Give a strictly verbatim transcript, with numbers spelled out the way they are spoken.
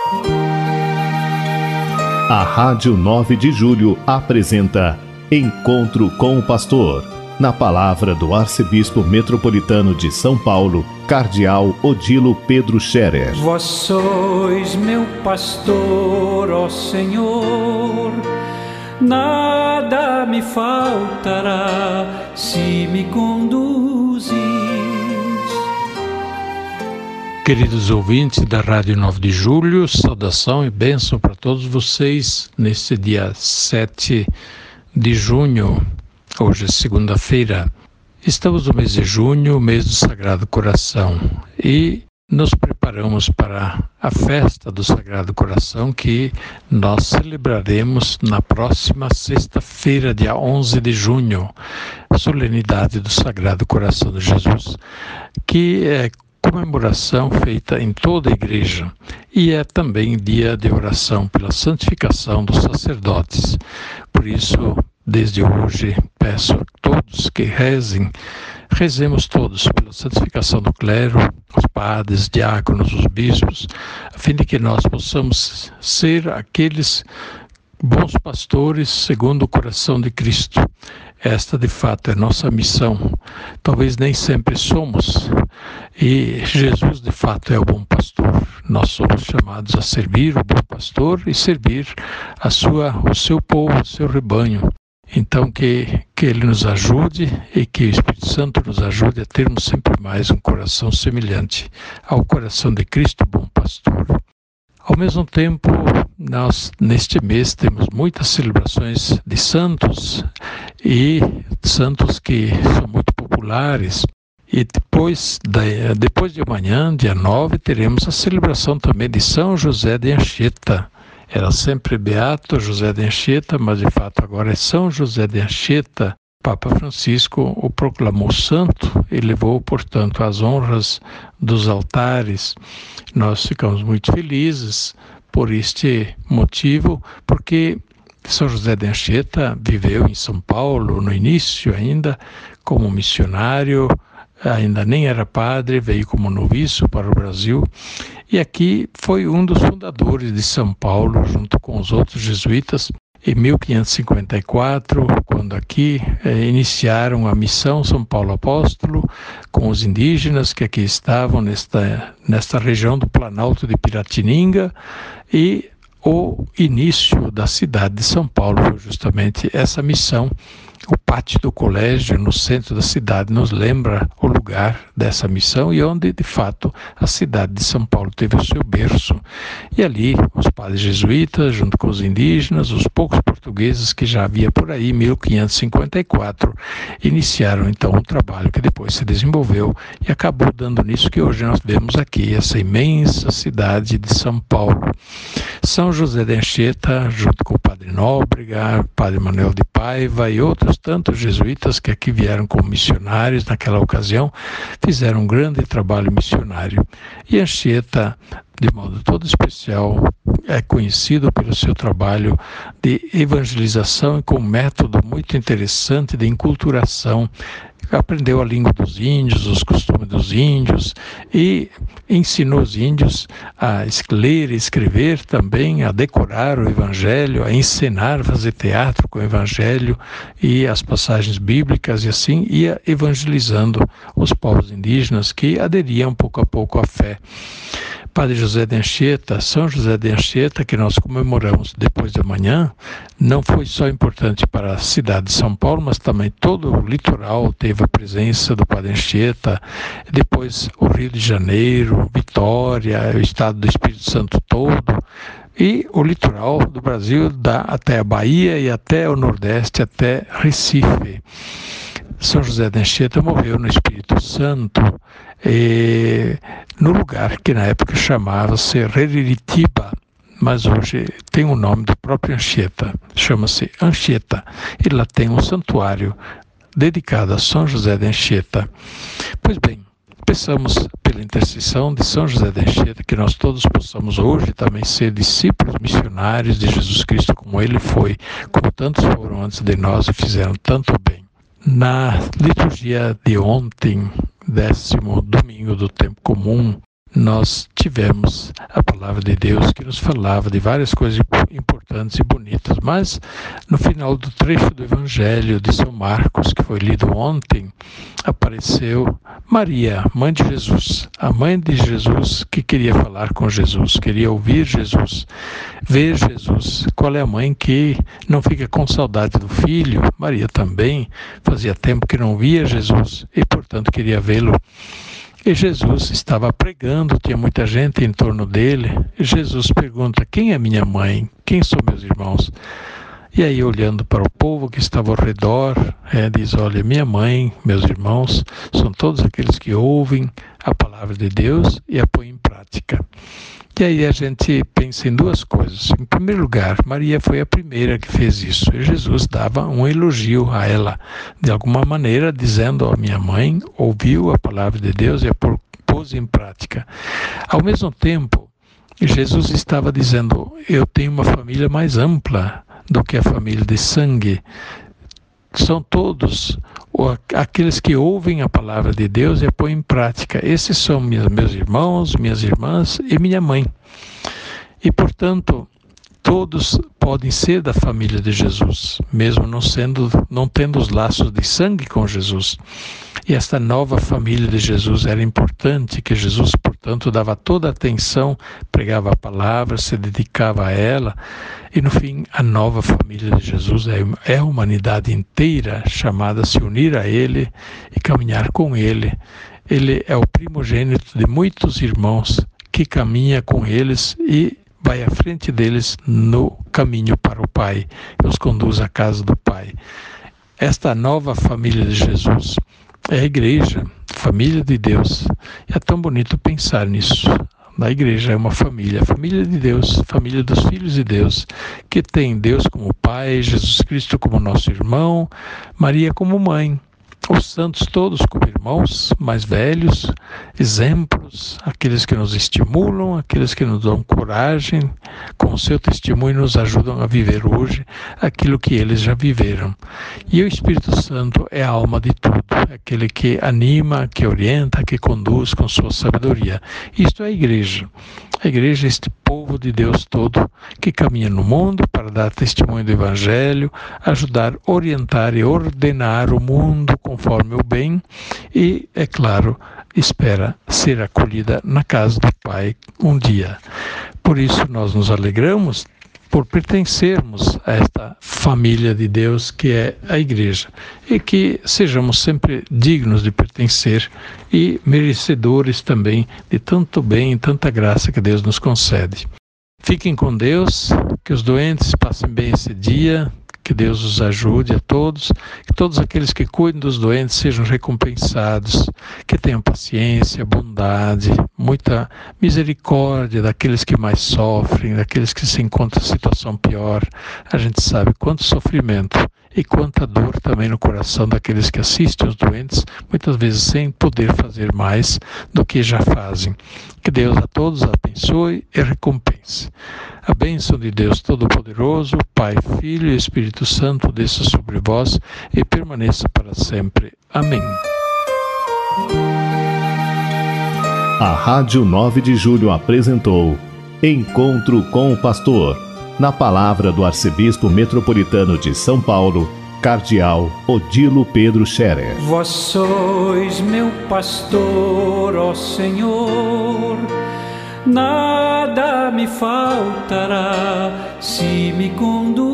A Rádio nove de Julho apresenta Encontro com o Pastor, na palavra do Arcebispo Metropolitano de São Paulo, Cardeal Odilo Pedro Scherer. Vós sois meu pastor, ó Senhor, nada me faltará se me conduzis. Queridos ouvintes da Rádio nove de Julho, saudação e bênção para todos vocês neste dia sete de junho, hoje é segunda-feira. Estamos no mês de junho, mês do Sagrado Coração, e nos preparamos para a festa do Sagrado Coração que nós celebraremos na próxima sexta-feira, dia onze de junho, a solenidade do Sagrado Coração de Jesus, que é comemoração feita em toda a igreja e é também dia de oração pela santificação dos sacerdotes. Por isso, desde hoje, peço a todos que rezem, rezemos todos pela santificação do clero, os padres, diáconos, os bispos, a fim de que nós possamos ser aqueles bons pastores segundo o coração de Cristo. Esta, de fato, é nossa missão. Talvez nem sempre somos. E Jesus, de fato, é o bom pastor. Nós somos chamados a servir o bom pastor e servir a sua, o seu povo, o seu rebanho. Então, que, que Ele nos ajude e que o Espírito Santo nos ajude a termos sempre mais um coração semelhante ao coração de Cristo, bom pastor. Ao mesmo tempo, nós neste mês temos muitas celebrações de santos e santos que são muito populares. E depois, da, depois de amanhã, dia nove, teremos a celebração também de São José de Anchieta. Era sempre Beato José de Anchieta, mas de fato agora é São José de Anchieta. Papa Francisco o proclamou santo e levou, portanto, as honras dos altares. Nós ficamos muito felizes por este motivo, porque São José de Anchieta viveu em São Paulo no início ainda como missionário, ainda nem era padre, veio como noviço para o Brasil e aqui foi um dos fundadores de São Paulo, junto com os outros jesuítas. Em mil quinhentos e cinquenta e quatro, quando aqui eh, iniciaram a missão São Paulo Apóstolo, com os indígenas que aqui estavam nesta, nesta região do Planalto de Piratininga, e o início da cidade de São Paulo foi justamente essa missão. O pátio do colégio no centro da cidade nos lembra o lugar dessa missão e onde, de fato, a cidade de São Paulo teve o seu berço. E ali, os padres jesuítas, junto com os indígenas, os poucos portugueses que já havia por aí, em mil quinhentos e cinquenta e quatro, iniciaram então um trabalho que depois se desenvolveu e acabou dando nisso que hoje nós vemos aqui, essa imensa cidade de São Paulo. São José de Anchieta, junto com o padre Nóbrega, padre Manuel de Paiva e outros tantos jesuítas que aqui vieram como missionários naquela ocasião, fizeram um grande trabalho missionário. E Anchieta, de modo todo especial, é conhecido pelo seu trabalho de evangelização e com um método muito interessante de enculturação. Aprendeu a língua dos índios, os costumes dos índios e ensinou os índios a ler e escrever também, a decorar o Evangelho, a encenar, fazer teatro com o Evangelho e as passagens bíblicas, e assim ia evangelizando os povos indígenas que aderiam pouco a pouco à fé. Padre José de Anchieta, São José de Anchieta, que nós comemoramos depois de amanhã, não foi só importante para a cidade de São Paulo, mas também todo o litoral teve a presença do Padre Anchieta, depois o Rio de Janeiro, Vitória, o estado do Espírito Santo todo, e o litoral do Brasil dá até a Bahia e até o Nordeste, até Recife. São José de Anchieta morreu no Espírito Santo, e no lugar que na época chamava-se Reriritiba, mas hoje tem o nome do próprio Anchieta, chama-se Anchieta, e lá tem um santuário dedicado a São José de Anchieta. Pois bem, peçamos pela intercessão de São José de Anchieta que nós todos possamos hoje também ser discípulos missionários de Jesus Cristo como ele foi, como tantos foram antes de nós e fizeram tanto bem. Na liturgia de ontem, décimo domingo do tempo comum, nós tivemos a palavra de Deus que nos falava de várias coisas importantes e bonitas, mas no final do trecho do Evangelho de São Marcos, que foi lido ontem, apareceu Maria, mãe de Jesus, a mãe de Jesus que queria falar com Jesus, queria ouvir Jesus, ver Jesus. Qual é a mãe que não fica com saudade do filho? Maria também fazia tempo que não via Jesus e, portanto, queria vê-lo. E Jesus estava pregando, tinha muita gente em torno dele. E Jesus pergunta: quem é minha mãe? Quem são meus irmãos? E aí, olhando para o povo que estava ao redor, é, diz: olha, minha mãe, meus irmãos, são todos aqueles que ouvem a palavra de Deus e a põem em prática. E aí a gente pensa em duas coisas. Em primeiro lugar, Maria foi a primeira que fez isso. E Jesus dava um elogio a ela, de alguma maneira, dizendo: ó, minha mãe ouviu a palavra de Deus e a pôs em prática. Ao mesmo tempo, Jesus estava dizendo: eu tenho uma família mais ampla do que a família de sangue. São todos aqueles que ouvem a palavra de Deus e a põem em prática. Esses são meus irmãos, minhas irmãs e minha mãe. E, portanto, todos podem ser da família de Jesus, mesmo não sendo, não tendo os laços de sangue com Jesus. E esta nova família de Jesus era importante, que Jesus, portanto, dava toda a atenção, pregava a palavra, se dedicava a ela. E, no fim, a nova família de Jesus é a humanidade inteira chamada a se unir a Ele e caminhar com Ele. Ele é o primogênito de muitos irmãos que caminha com eles e vai à frente deles no caminho para o Pai, e os conduz à casa do Pai. Esta nova família de Jesus é a igreja, família de Deus. É tão bonito pensar nisso. A igreja é uma família, família de Deus, família dos filhos de Deus, que tem Deus como Pai, Jesus Cristo como nosso irmão, Maria como mãe, os santos todos como irmãos mais velhos, exemplos, aqueles que nos estimulam, aqueles que nos dão coragem, com o seu testemunho nos ajudam a viver hoje aquilo que eles já viveram. E o Espírito Santo é a alma de tudo, é aquele que anima, que orienta, que conduz com sua sabedoria. Isto é a igreja. A igreja é este povo de Deus todo que caminha no mundo para dar testemunho do Evangelho, ajudar, orientar e ordenar o mundo conforme o bem e, é claro, espera ser acolhida na casa do Pai um dia. Por isso nós nos alegramos por pertencermos a esta família de Deus que é a igreja, e que sejamos sempre dignos de pertencer e merecedores também de tanto bem e tanta graça que Deus nos concede. Fiquem com Deus, que os doentes passem bem esse dia, que Deus os ajude a todos, que todos aqueles que cuidam dos doentes sejam recompensados, que tenham paciência, bondade, muita misericórdia daqueles que mais sofrem, daqueles que se encontram em situação pior. A gente sabe quanto sofrimento e quanta dor também no coração daqueles que assistem os doentes, muitas vezes sem poder fazer mais do que já fazem. Que Deus a todos abençoe e recompense. A bênção de Deus Todo-Poderoso, Pai, Filho e Espírito Santo, desça sobre vós e permaneça para sempre. Amém. A Rádio nove de Julho apresentou Encontro com o Pastor, na palavra do Arcebispo Metropolitano de São Paulo, Cardeal Odilo Pedro Scherer. Vós sois meu pastor, ó Senhor, nada me faltará se me conduz